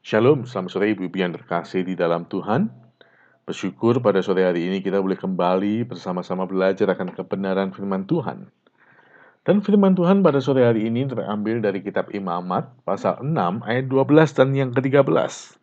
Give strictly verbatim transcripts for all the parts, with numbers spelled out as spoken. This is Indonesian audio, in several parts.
Shalom, selamat sore ibu-ibu yang terkasih di dalam Tuhan. Bersyukur pada sore hari ini kita boleh kembali bersama-sama belajar akan kebenaran firman Tuhan. Dan firman Tuhan pada sore hari ini terambil dari kitab Imamat, pasal enam ayat dua belas dan yang ketiga belas.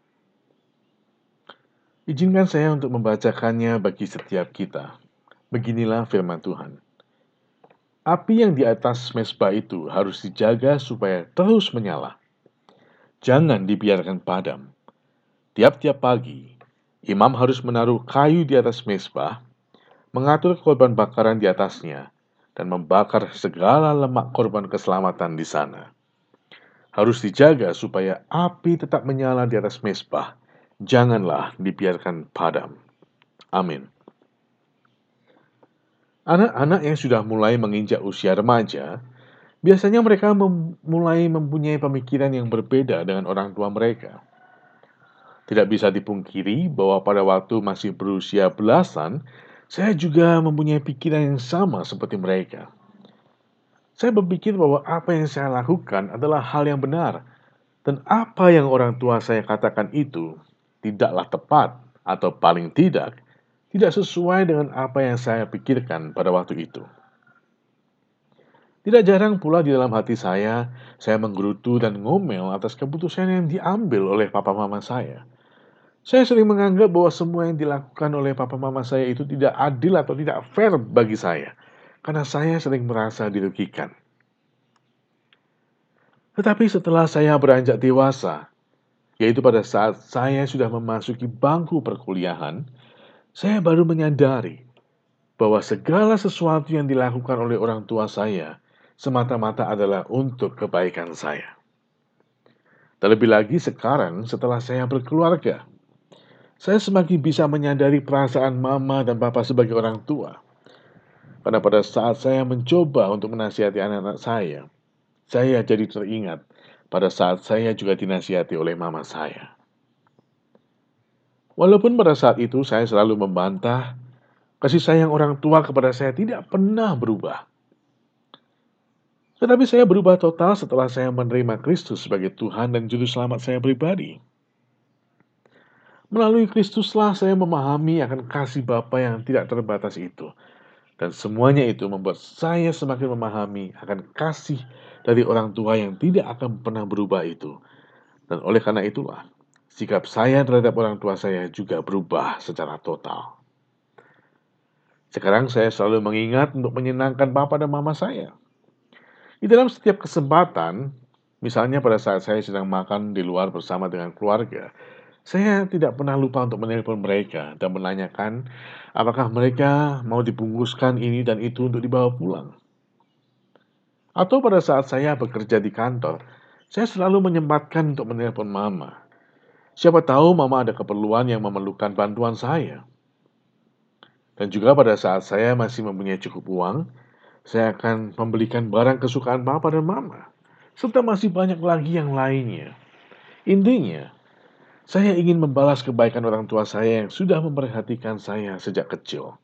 Izinkan saya untuk membacakannya bagi setiap kita. Beginilah firman Tuhan. Api yang di atas mezbah itu harus dijaga supaya terus menyala. Jangan dibiarkan padam. Tiap-tiap pagi, imam harus menaruh kayu di atas mezbah, mengatur korban bakaran di atasnya, dan membakar segala lemak korban keselamatan di sana. Harus dijaga supaya api tetap menyala di atas mezbah. Janganlah dibiarkan padam. Amin. Anak-anak yang sudah mulai menginjak usia remaja, biasanya mereka mem- mulai mempunyai pemikiran yang berbeda dengan orang tua mereka. Tidak bisa dipungkiri bahwa pada waktu masih berusia belasan, saya juga mempunyai pikiran yang sama seperti mereka. Saya berpikir bahwa apa yang saya lakukan adalah hal yang benar, dan apa yang orang tua saya katakan itu tidaklah tepat, atau paling tidak, tidak sesuai dengan apa yang saya pikirkan pada waktu itu. Tidak jarang pula di dalam hati saya, saya menggerutu dan ngomel atas keputusan yang diambil oleh papa mama saya. Saya sering menganggap bahwa semua yang dilakukan oleh papa mama saya itu tidak adil atau tidak fair bagi saya, karena saya sering merasa dirugikan. Tetapi setelah saya beranjak dewasa, yaitu pada saat saya sudah memasuki bangku perkuliahan, saya baru menyadari bahwa segala sesuatu yang dilakukan oleh orang tua saya semata-mata adalah untuk kebaikan saya. Terlebih lagi sekarang setelah saya berkeluarga, saya semakin bisa menyadari perasaan mama dan papa sebagai orang tua. Karena pada saat saya mencoba untuk menasihati anak-anak saya, saya jadi teringat pada saat saya juga dinasihati oleh mama saya. Walaupun pada saat itu saya selalu membantah, kasih sayang orang tua kepada saya tidak pernah berubah. Tetapi saya berubah total setelah saya menerima Kristus sebagai Tuhan dan Juru Selamat saya pribadi. Melalui Kristuslah saya memahami akan kasih Bapa yang tidak terbatas itu. Dan semuanya itu membuat saya semakin memahami akan kasih dari orang tua yang tidak akan pernah berubah itu. Dan oleh karena itulah, sikap saya terhadap orang tua saya juga berubah secara total. Sekarang saya selalu mengingat untuk menyenangkan Papa dan Mama saya. Di dalam setiap kesempatan, misalnya pada saat saya sedang makan di luar bersama dengan keluarga, saya tidak pernah lupa untuk menelpon mereka dan menanyakan apakah mereka mau dibungkuskan ini dan itu untuk dibawa pulang. Atau pada saat saya bekerja di kantor, saya selalu menyempatkan untuk menelpon mama. Siapa tahu mama ada keperluan yang memerlukan bantuan saya. Dan juga pada saat saya masih mempunyai cukup uang, saya akan membelikan barang kesukaan papa dan mama. Serta masih banyak lagi yang lainnya. Intinya, saya ingin membalas kebaikan orang tua saya yang sudah memperhatikan saya sejak kecil.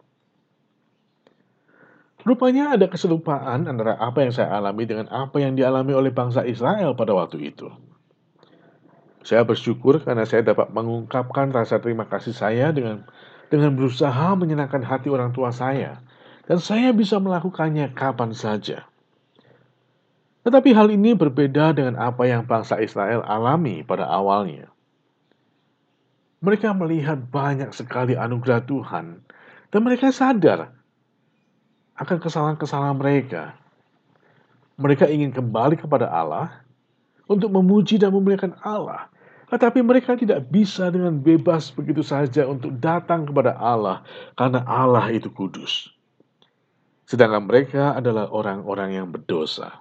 Rupanya ada keserupaan antara apa yang saya alami dengan apa yang dialami oleh bangsa Israel pada waktu itu. Saya bersyukur karena saya dapat mengungkapkan rasa terima kasih saya dengan dengan berusaha menyenangkan hati orang tua saya. Dan saya bisa melakukannya kapan saja. Tetapi hal ini berbeda dengan apa yang bangsa Israel alami pada awalnya. Mereka melihat banyak sekali anugerah Tuhan, dan mereka sadar akan kesalahan-kesalahan mereka. Mereka ingin kembali kepada Allah untuk memuji dan memuliakan Allah. Tetapi mereka tidak bisa dengan bebas begitu saja untuk datang kepada Allah karena Allah itu kudus. Sedangkan mereka adalah orang-orang yang berdosa.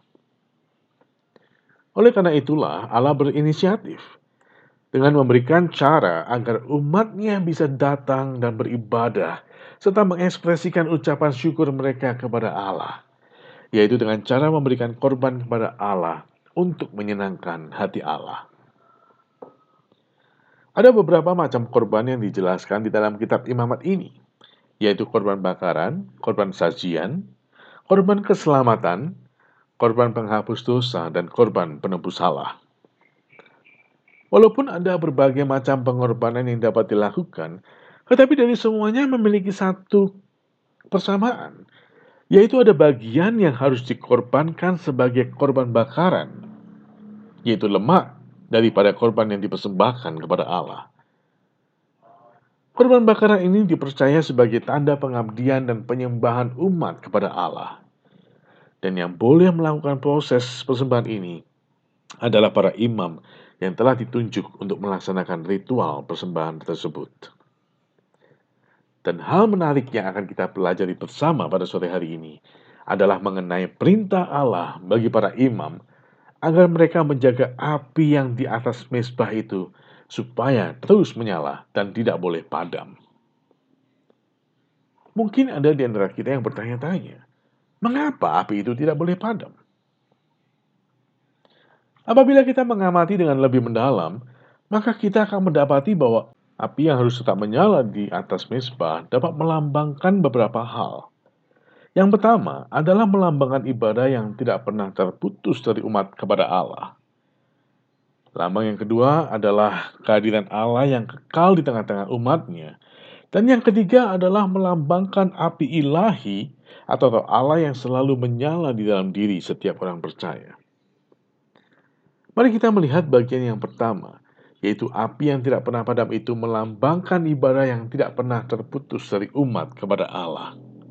Oleh karena itulah Allah berinisiatif dengan memberikan cara agar umatnya bisa datang dan beribadah serta mengekspresikan ucapan syukur mereka kepada Allah, yaitu dengan cara memberikan korban kepada Allah untuk menyenangkan hati Allah. Ada beberapa macam korban yang dijelaskan di dalam kitab Imamat ini, yaitu korban bakaran, korban sajian, korban keselamatan, korban penghapus dosa, dan korban penebus salah. Walaupun ada berbagai macam pengorbanan yang dapat dilakukan, tetapi dari semuanya memiliki satu persamaan, yaitu ada bagian yang harus dikorbankan sebagai korban bakaran, yaitu lemak daripada korban yang dipersembahkan kepada Allah. Korban bakaran ini dipercaya sebagai tanda pengabdian dan penyembahan umat kepada Allah. Dan yang boleh melakukan proses persembahan ini adalah para imam yang telah ditunjuk untuk melaksanakan ritual persembahan tersebut. Dan hal menarik yang akan kita pelajari bersama pada sore hari ini adalah mengenai perintah Allah bagi para imam agar mereka menjaga api yang di atas mezbah itu supaya terus menyala dan tidak boleh padam. Mungkin ada di antara kita yang bertanya-tanya, mengapa api itu tidak boleh padam? Apabila kita mengamati dengan lebih mendalam, maka kita akan mendapati bahwa api yang harus tetap menyala di atas mezbah dapat melambangkan beberapa hal. Yang pertama adalah melambangkan ibadah yang tidak pernah terputus dari umat kepada Allah. Lambang yang kedua adalah kehadiran Allah yang kekal di tengah-tengah umatnya. Dan yang ketiga adalah melambangkan api ilahi atau Allah yang selalu menyala di dalam diri setiap orang percaya. Mari kita melihat bagian yang pertama, yaitu api yang tidak pernah padam itu melambangkan ibadah yang tidak pernah terputus dari umat kepada Allah.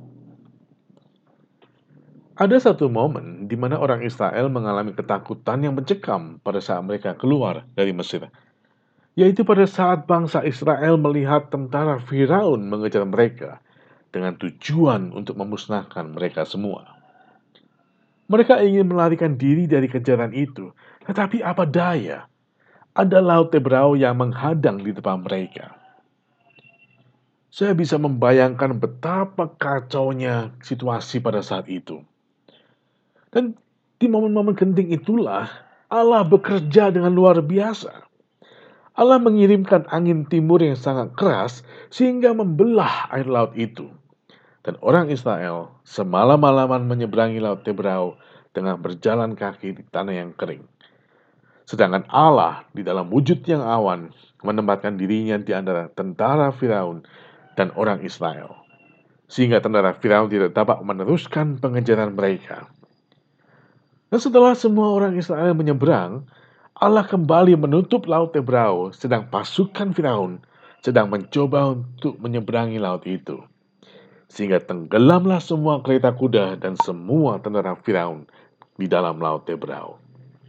Ada satu momen di mana orang Israel mengalami ketakutan yang mencekam pada saat mereka keluar dari Mesir, yaitu pada saat bangsa Israel melihat tentara Firaun mengejar mereka dengan tujuan untuk memusnahkan mereka semua. Mereka ingin melarikan diri dari kejaran itu, tetapi apa daya, ada Laut Tebrau yang menghadang di depan mereka. Saya bisa membayangkan betapa kacaunya situasi pada saat itu. Dan di momen-momen genting itulah Allah bekerja dengan luar biasa. Allah mengirimkan angin timur yang sangat keras sehingga membelah air laut itu. Dan orang Israel semalam-malaman menyeberangi Laut Tebrau dengan berjalan kaki di tanah yang kering. Sedangkan Allah di dalam wujud yang awan menempatkan dirinya di antara tentara Firaun dan orang Israel. Sehingga tentara Firaun tidak dapat meneruskan pengejaran mereka. Dan setelah semua orang Israel menyeberang, Allah kembali menutup Laut Tebrau, sedang pasukan Firaun sedang mencoba untuk menyeberangi laut itu. Sehingga tenggelamlah semua kereta kuda dan semua tentara Firaun di dalam Laut Tebrau.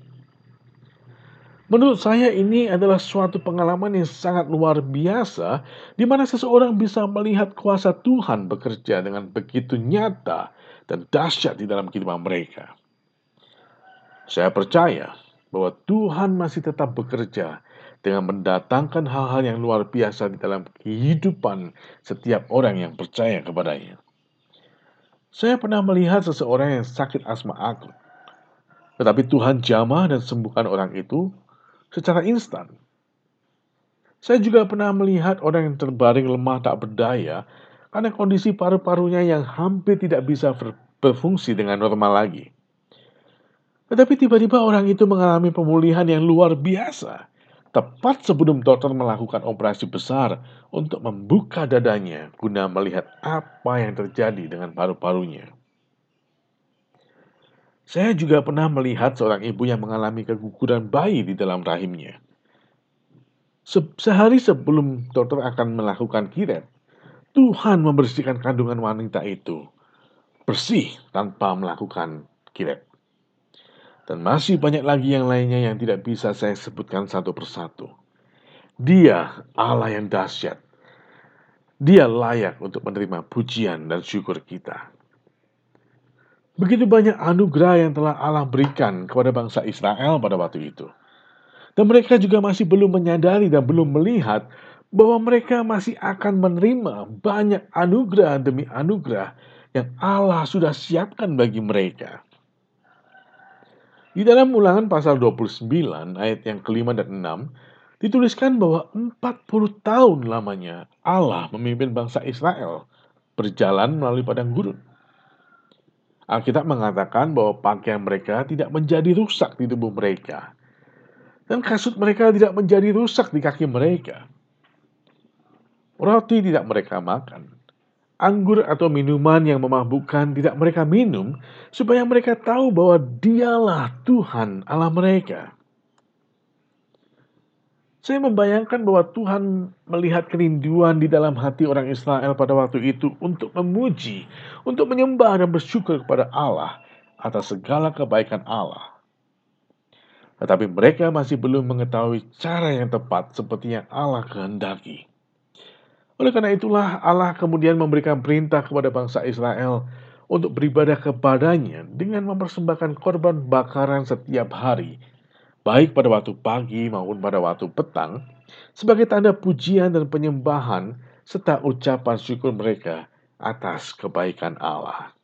Menurut saya ini adalah suatu pengalaman yang sangat luar biasa, di mana seseorang bisa melihat kuasa Tuhan bekerja dengan begitu nyata dan dahsyat di dalam kehidupan mereka. Saya percaya bahwa Tuhan masih tetap bekerja dengan mendatangkan hal-hal yang luar biasa di dalam kehidupan setiap orang yang percaya kepadanya. Saya pernah melihat seseorang yang sakit asma akut, tetapi Tuhan jamah dan sembuhkan orang itu secara instan. Saya juga pernah melihat orang yang terbaring lemah tak berdaya karena kondisi paru-parunya yang hampir tidak bisa berfungsi dengan normal lagi. Tetapi tiba-tiba orang itu mengalami pemulihan yang luar biasa, tepat sebelum dokter melakukan operasi besar untuk membuka dadanya guna melihat apa yang terjadi dengan paru-parunya. Saya juga pernah melihat seorang ibu yang mengalami keguguran bayi di dalam rahimnya. Se- sehari sebelum dokter akan melakukan kiret, Tuhan membersihkan kandungan wanita itu bersih tanpa melakukan kiret. Dan masih banyak lagi yang lainnya yang tidak bisa saya sebutkan satu persatu. Dia Allah yang dahsyat. Dia layak untuk menerima pujian dan syukur kita. Begitu banyak anugerah yang telah Allah berikan kepada bangsa Israel pada waktu itu. Dan mereka juga masih belum menyadari dan belum melihat bahwa mereka masih akan menerima banyak anugerah demi anugerah yang Allah sudah siapkan bagi mereka. Di dalam Ulangan pasal dua puluh sembilan ayat yang kelima dan enam dituliskan bahwa empat puluh tahun lamanya Allah memimpin bangsa Israel berjalan melalui padang gurun. Alkitab mengatakan bahwa pakaian mereka tidak menjadi rusak di tubuh mereka. dan kasut mereka tidak menjadi rusak di kaki mereka. Roti tidak mereka makan, anggur atau minuman yang memabukkan tidak mereka minum, supaya mereka tahu bahwa Dialah Tuhan Allah mereka. Saya membayangkan bahwa Tuhan melihat kerinduan di dalam hati orang Israel pada waktu itu untuk memuji, untuk menyembah dan bersyukur kepada Allah atas segala kebaikan Allah. Tetapi mereka masih belum mengetahui cara yang tepat seperti yang Allah kehendaki. Oleh karena itulah Allah kemudian memberikan perintah kepada bangsa Israel untuk beribadah kepadanya dengan mempersembahkan korban bakaran setiap hari, baik pada waktu pagi maupun pada waktu petang, sebagai tanda pujian dan penyembahan serta ucapan syukur mereka atas kebaikan Allah.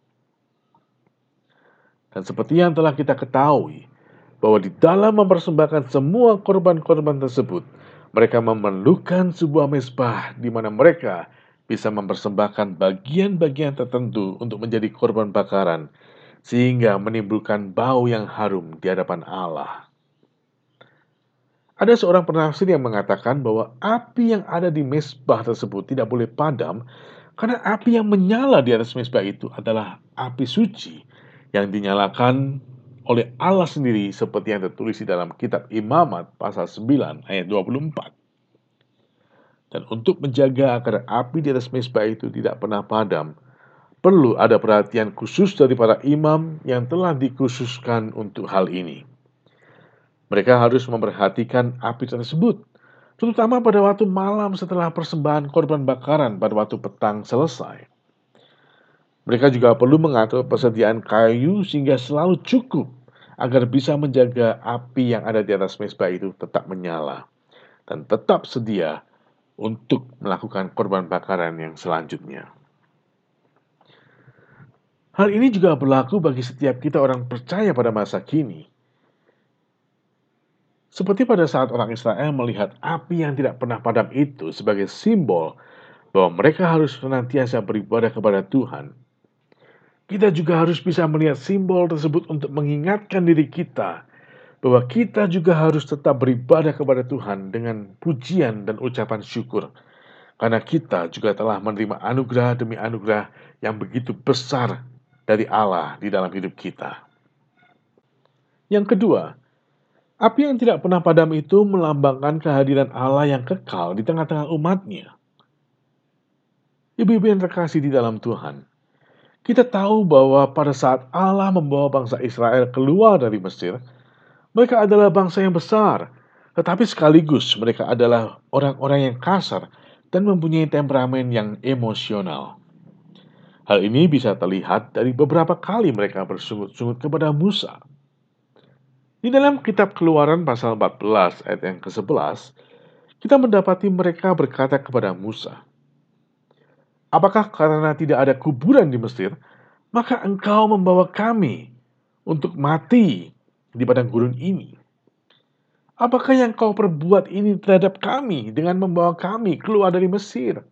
Dan seperti yang telah kita ketahui, bahwa di dalam mempersembahkan semua korban-korban tersebut, mereka memerlukan sebuah mezbah di mana mereka bisa mempersembahkan bagian-bagian tertentu untuk menjadi korban bakaran, sehingga menimbulkan bau yang harum di hadapan Allah. Ada seorang penafsir yang mengatakan bahwa api yang ada di mezbah tersebut tidak boleh padam, karena api yang menyala di atas mezbah itu adalah api suci yang dinyalakan oleh Allah sendiri, seperti yang tertulis di dalam kitab Imamat pasal sembilan ayat dua puluh empat. Dan untuk menjaga agar api di atas mezbah itu tidak pernah padam, perlu ada perhatian khusus dari para imam yang telah dikhususkan untuk hal ini. Mereka harus memperhatikan api tersebut, terutama pada waktu malam setelah persembahan korban bakaran pada waktu petang selesai. Mereka juga perlu mengatur persediaan kayu sehingga selalu cukup agar bisa menjaga api yang ada di atas mezbah itu tetap menyala dan tetap sedia untuk melakukan korban bakaran yang selanjutnya. Hal ini juga berlaku bagi setiap kita orang percaya pada masa kini. Seperti pada saat orang Israel melihat api yang tidak pernah padam itu sebagai simbol bahwa mereka harus senantiasa beribadah kepada Tuhan, kita juga harus bisa melihat simbol tersebut untuk mengingatkan diri kita bahwa kita juga harus tetap beribadah kepada Tuhan dengan pujian dan ucapan syukur, karena kita juga telah menerima anugerah demi anugerah yang begitu besar dari Allah di dalam hidup kita. Yang kedua, api yang tidak pernah padam itu melambangkan kehadiran Allah yang kekal di tengah-tengah umatnya. Ibu-ibu yang terkasih di dalam Tuhan, kita tahu bahwa pada saat Allah membawa bangsa Israel keluar dari Mesir, mereka adalah bangsa yang besar, tetapi sekaligus mereka adalah orang-orang yang kasar dan mempunyai temperamen yang emosional. Hal ini bisa terlihat dari beberapa kali mereka bersungut-sungut kepada Musa. Di dalam kitab Keluaran pasal empat belas ayat yang kesebelas, kita mendapati mereka berkata kepada Musa, "Apakah karena tidak ada kuburan di Mesir, maka engkau membawa kami untuk mati di padang gurun ini? Apakah yang kau perbuat ini terhadap kami dengan membawa kami keluar dari Mesir?"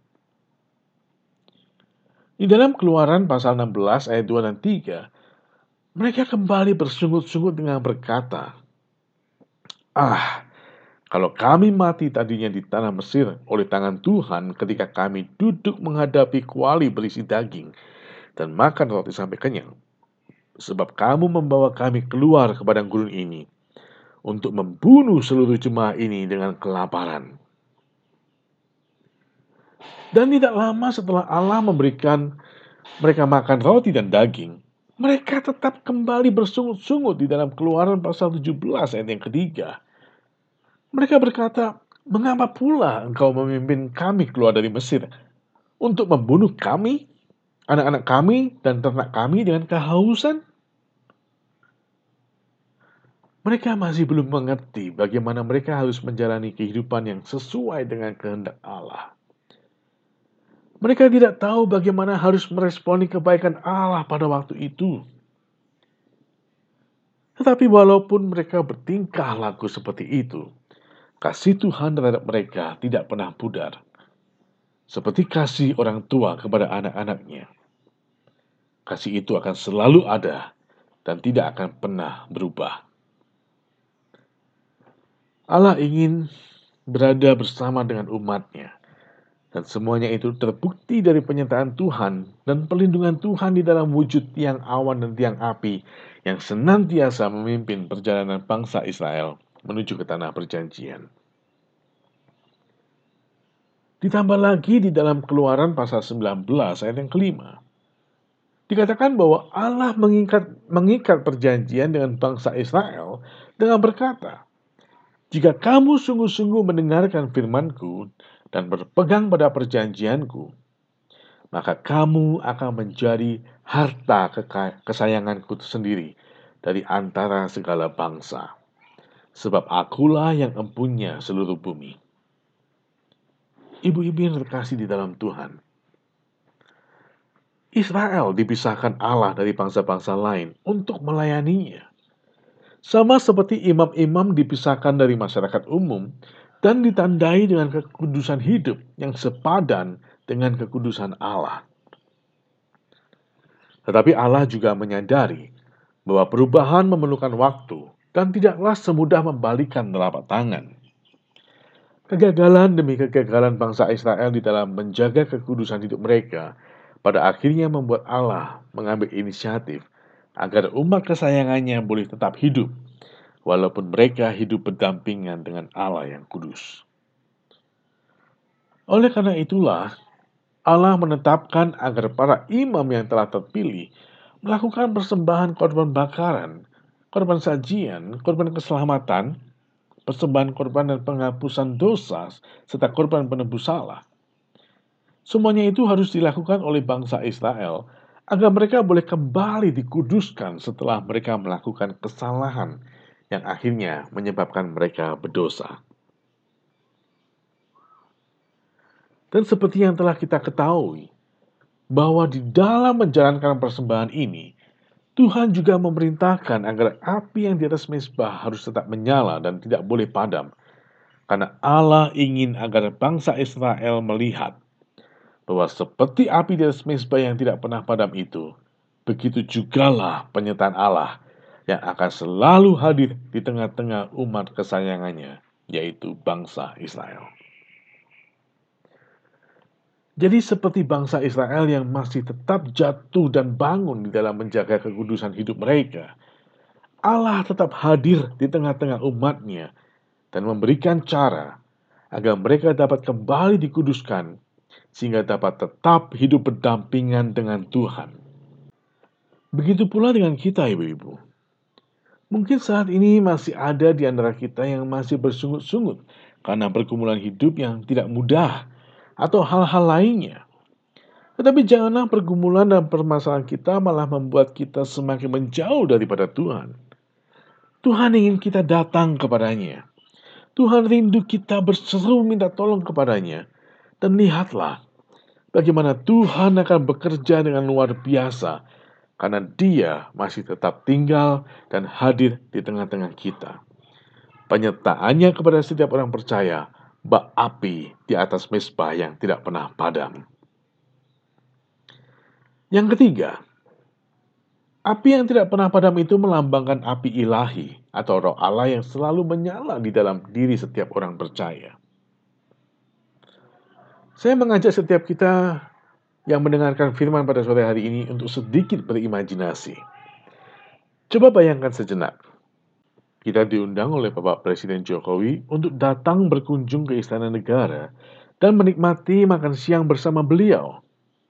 Di dalam Keluaran pasal enam belas ayat dua dan tiga, mereka kembali bersungut-sungut dengan berkata, "Ah, kalau kami mati tadinya di tanah Mesir oleh tangan Tuhan ketika kami duduk menghadapi kuali berisi daging dan makan roti sampai kenyang. Sebab kamu membawa kami keluar ke padang gurun ini untuk membunuh seluruh jemaah ini dengan kelaparan." Dan tidak lama setelah Allah memberikan mereka makan roti dan daging, mereka tetap kembali bersungut-sungut di dalam Keluaran pasal tujuh belas ayat yang ketiga. Mereka berkata, "Mengapa pula engkau memimpin kami keluar dari Mesir untuk membunuh kami, anak-anak kami, dan ternak kami dengan kehausan?" Mereka masih belum mengerti bagaimana mereka harus menjalani kehidupan yang sesuai dengan kehendak Allah. Mereka tidak tahu bagaimana harus meresponi kebaikan Allah pada waktu itu. Tetapi walaupun mereka bertingkah laku seperti itu, kasih Tuhan terhadap mereka tidak pernah pudar. Seperti kasih orang tua kepada anak-anaknya. Kasih itu akan selalu ada dan tidak akan pernah berubah. Allah ingin berada bersama dengan umat-Nya. Dan semuanya itu terbukti dari penyertaan Tuhan dan perlindungan Tuhan di dalam wujud tiang awan dan tiang api yang senantiasa memimpin perjalanan bangsa Israel menuju ke tanah perjanjian. Ditambah lagi di dalam Keluaran pasal sembilan belas ayat yang kelima. Dikatakan bahwa Allah mengikat, mengikat perjanjian dengan bangsa Israel dengan berkata, "Jika kamu sungguh-sungguh mendengarkan firman-Ku dan berpegang pada perjanjian-Ku, maka kamu akan menjadi harta kesayanganku sendiri dari antara segala bangsa. Sebab akulah yang empunya seluruh bumi." Ibu-ibu yang terkasih di dalam Tuhan, Israel dipisahkan Allah dari bangsa-bangsa lain untuk melayaninya. Sama seperti imam-imam dipisahkan dari masyarakat umum dan ditandai dengan kekudusan hidup yang sepadan dengan kekudusan Allah. Tetapi Allah juga menyadari bahwa perubahan memerlukan waktu dan tidaklah semudah membalikan telapak tangan. Kegagalan demi kegagalan bangsa Israel di dalam menjaga kekudusan hidup mereka pada akhirnya membuat Allah mengambil inisiatif agar umat kesayangannya boleh tetap hidup, walaupun mereka hidup berdampingan dengan Allah yang kudus. Oleh karena itulah, Allah menetapkan agar para imam yang telah terpilih melakukan persembahan korban bakaran, korban sajian, korban keselamatan, persembahan korban dan penghapusan dosa, serta korban penebus salah. Semuanya itu harus dilakukan oleh bangsa Israel agar mereka boleh kembali dikuduskan setelah mereka melakukan kesalahan yang akhirnya menyebabkan mereka berdosa. Dan seperti yang telah kita ketahui, bahwa di dalam menjalankan persembahan ini, Tuhan juga memerintahkan agar api yang di atas mezbah harus tetap menyala dan tidak boleh padam. Karena Allah ingin agar bangsa Israel melihat bahwa seperti api di atas mezbah yang tidak pernah padam itu, begitu jugalah penyertaan Allah yang akan selalu hadir di tengah-tengah umat kesayangannya, yaitu bangsa Israel. Jadi seperti bangsa Israel yang masih tetap jatuh dan bangun di dalam menjaga kekudusan hidup mereka, Allah tetap hadir di tengah-tengah umatnya dan memberikan cara agar mereka dapat kembali dikuduskan sehingga dapat tetap hidup berdampingan dengan Tuhan. Begitu pula dengan kita, ibu-ibu. Mungkin saat ini masih ada di antara kita yang masih bersungut-sungut karena pergumulan hidup yang tidak mudah atau hal-hal lainnya. Tetapi janganlah pergumulan dan permasalahan kita malah membuat kita semakin menjauh daripada Tuhan. Tuhan ingin kita datang kepadanya. Tuhan rindu kita berseru minta tolong kepadanya. Dan lihatlah bagaimana Tuhan akan bekerja dengan luar biasa karena Dia masih tetap tinggal dan hadir di tengah-tengah kita. Penyertaannya kepada setiap orang percaya bak api di atas mezbah yang tidak pernah padam. Yang ketiga, api yang tidak pernah padam itu melambangkan api ilahi atau roh Allah yang selalu menyala di dalam diri setiap orang percaya. Saya mengajak setiap kita yang mendengarkan firman pada sore hari ini untuk sedikit berimajinasi. Coba bayangkan sejenak. Kita diundang oleh Bapak Presiden Jokowi untuk datang berkunjung ke Istana Negara dan menikmati makan siang bersama beliau.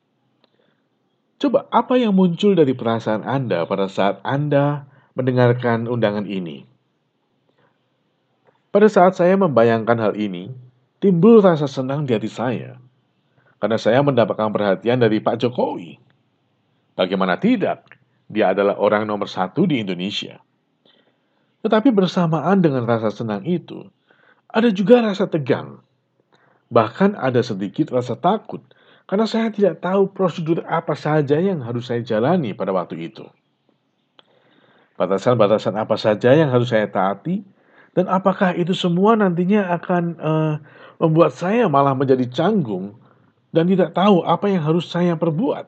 Coba apa yang muncul dari perasaan Anda pada saat Anda mendengarkan undangan ini? Pada saat saya membayangkan hal ini, timbul rasa senang di hati saya. Karena saya mendapatkan perhatian dari Pak Jokowi. Bagaimana tidak, dia adalah orang nomor satu di Indonesia. Tetapi bersamaan dengan rasa senang itu, ada juga rasa tegang. Bahkan ada sedikit rasa takut, karena saya tidak tahu prosedur apa saja yang harus saya jalani pada waktu itu. Batasan-batasan apa saja yang harus saya taati, dan apakah itu semua nantinya akan uh, membuat saya malah menjadi canggung dan tidak tahu apa yang harus saya perbuat.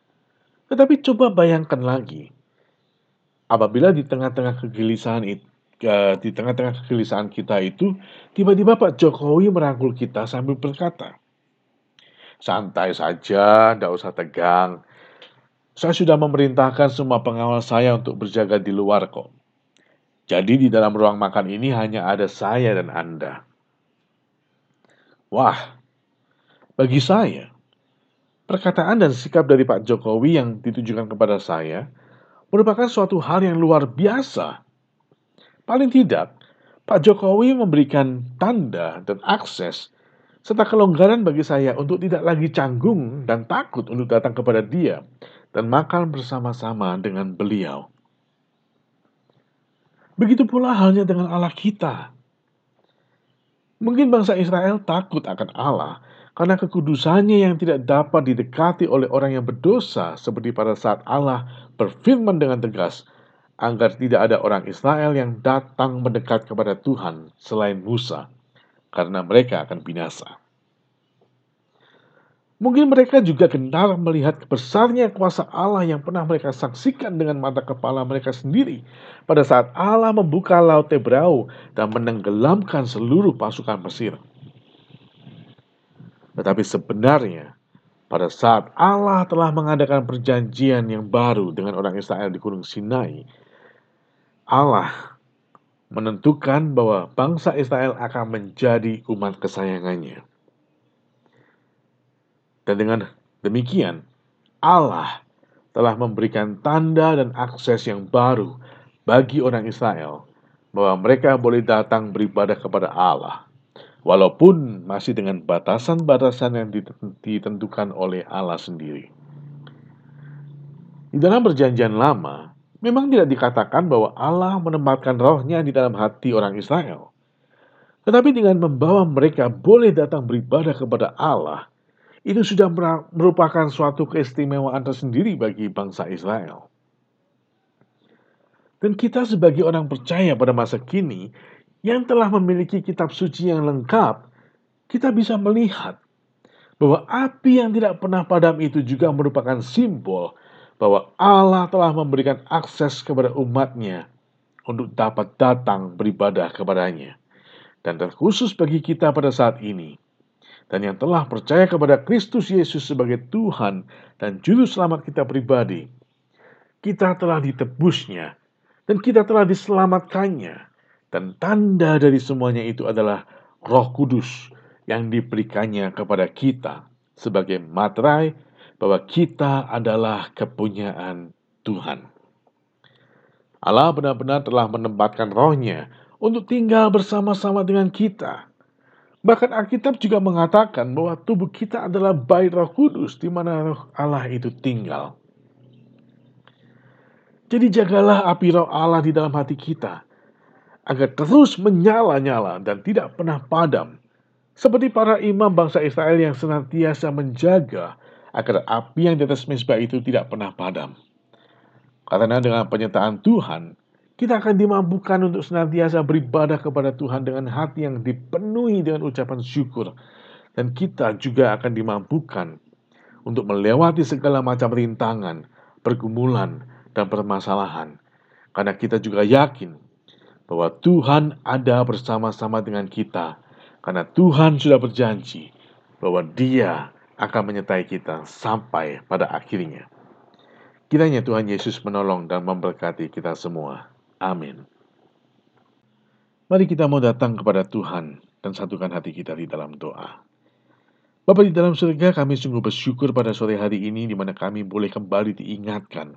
Tetapi coba bayangkan lagi, apabila di tengah-tengah kegelisahan itu, eh, di tengah-tengah kegelisahan kita itu, tiba-tiba Pak Jokowi merangkul kita sambil berkata, "Santai saja, tidak usah tegang. Saya sudah memerintahkan semua pengawal saya untuk berjaga di luar kok. Jadi di dalam ruang makan ini hanya ada saya dan Anda." Wah, bagi saya, perkataan dan sikap dari Pak Jokowi yang ditujukan kepada saya merupakan suatu hal yang luar biasa. Paling tidak, Pak Jokowi memberikan tanda dan akses serta kelonggaran bagi saya untuk tidak lagi canggung dan takut untuk datang kepada dia dan makan bersama-sama dengan beliau. Begitu pula halnya dengan Allah kita. Mungkin bangsa Israel takut akan Allah karena kekudusannya yang tidak dapat didekati oleh orang yang berdosa, seperti pada saat Allah berfirman dengan tegas agar tidak ada orang Israel yang datang mendekat kepada Tuhan selain Musa, karena mereka akan binasa. Mungkin mereka juga gentar melihat besarnya kuasa Allah yang pernah mereka saksikan dengan mata kepala mereka sendiri pada saat Allah membuka Laut Tebrau dan menenggelamkan seluruh pasukan Mesir. Tetapi sebenarnya, pada saat Allah telah mengadakan perjanjian yang baru dengan orang Israel di Gunung Sinai, Allah menentukan bahwa bangsa Israel akan menjadi umat kesayangannya. Dan dengan demikian, Allah telah memberikan tanda dan akses yang baru bagi orang Israel bahwa mereka boleh datang beribadah kepada Allah, walaupun masih dengan batasan-batasan yang ditentukan oleh Allah sendiri. Di dalam perjanjian lama, memang tidak dikatakan bahwa Allah menempatkan rohnya di dalam hati orang Israel. Tetapi dengan membawa mereka boleh datang beribadah kepada Allah, itu sudah merupakan suatu keistimewaan tersendiri bagi bangsa Israel. Dan kita sebagai orang percaya pada masa kini, yang telah memiliki kitab suci yang lengkap, kita bisa melihat bahwa api yang tidak pernah padam itu juga merupakan simbol bahwa Allah telah memberikan akses kepada umatnya untuk dapat datang beribadah kepadanya. Dan terkhusus bagi kita pada saat ini, dan yang telah percaya kepada Kristus Yesus sebagai Tuhan dan Juru Selamat kita pribadi, kita telah ditebusnya dan kita telah diselamatkannya. Dan tanda dari semuanya itu adalah Roh Kudus yang diberikannya kepada kita sebagai materai bahwa kita adalah kepunyaan Tuhan. Allah benar-benar telah menempatkan rohnya untuk tinggal bersama-sama dengan kita. Bahkan Alkitab juga mengatakan bahwa tubuh kita adalah bait Roh Kudus di mana roh Allah itu tinggal. Jadi jagalah api roh Allah di dalam hati kita agar terus menyala-nyala dan tidak pernah padam. Seperti para imam bangsa Israel yang senantiasa menjaga agar api yang di atas mezbah itu tidak pernah padam. Karena dengan penyertaan Tuhan, kita akan dimampukan untuk senantiasa beribadah kepada Tuhan dengan hati yang dipenuhi dengan ucapan syukur. Dan kita juga akan dimampukan untuk melewati segala macam rintangan, pergumulan, dan permasalahan. Karena kita juga yakin bahwa Tuhan ada bersama-sama dengan kita. Karena Tuhan sudah berjanji bahwa Dia akan menyertai kita sampai pada akhirnya. Kiranya Tuhan Yesus menolong dan memberkati kita semua. Amin. Mari kita mau datang kepada Tuhan dan satukan hati kita di dalam doa. Bapa di dalam surga, kami sungguh bersyukur pada sore hari ini di mana kami boleh kembali diingatkan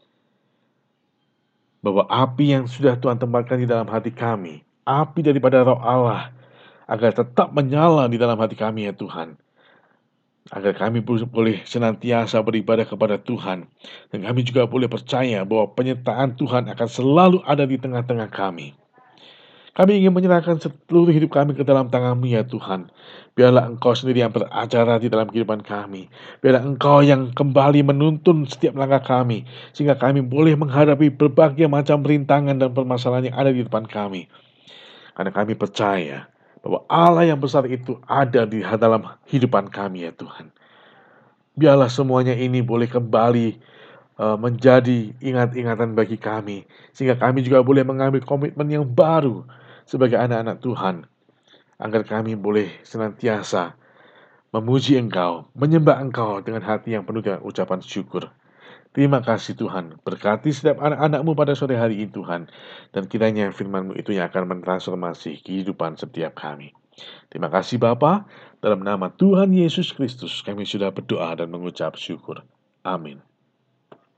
bahwa api yang sudah Tuhan tempatkan di dalam hati kami, api daripada Roh Allah, agar tetap menyala di dalam hati kami ya Tuhan. Agar kami boleh senantiasa beribadah kepada Tuhan. Dan kami juga boleh percaya bahwa penyertaan Tuhan akan selalu ada di tengah-tengah kami. Kami ingin menyerahkan seluruh hidup kami ke dalam tangan-Mu ya Tuhan. Biarlah Engkau sendiri yang beracara di dalam kehidupan kami. Biarlah Engkau yang kembali menuntun setiap langkah kami. Sehingga kami boleh menghadapi berbagai macam rintangan dan permasalahan yang ada di depan kami. Karena kami percaya bahwa Allah yang besar itu ada di dalam kehidupan kami ya Tuhan. Biarlah semuanya ini boleh kembali eh, menjadi ingat-ingatan bagi kami, sehingga kami juga boleh mengambil komitmen yang baru sebagai anak-anak Tuhan, agar kami boleh senantiasa memuji Engkau, menyembah Engkau dengan hati yang penuh dengan ucapan syukur. Terima kasih Tuhan, berkati setiap anak-anak-Mu pada sore hari ini Tuhan, dan kiranya firman-Mu itu yang akan mentransformasi kehidupan setiap kami. Terima kasih Bapa, dalam nama Tuhan Yesus Kristus kami sudah berdoa dan mengucap syukur. Amin.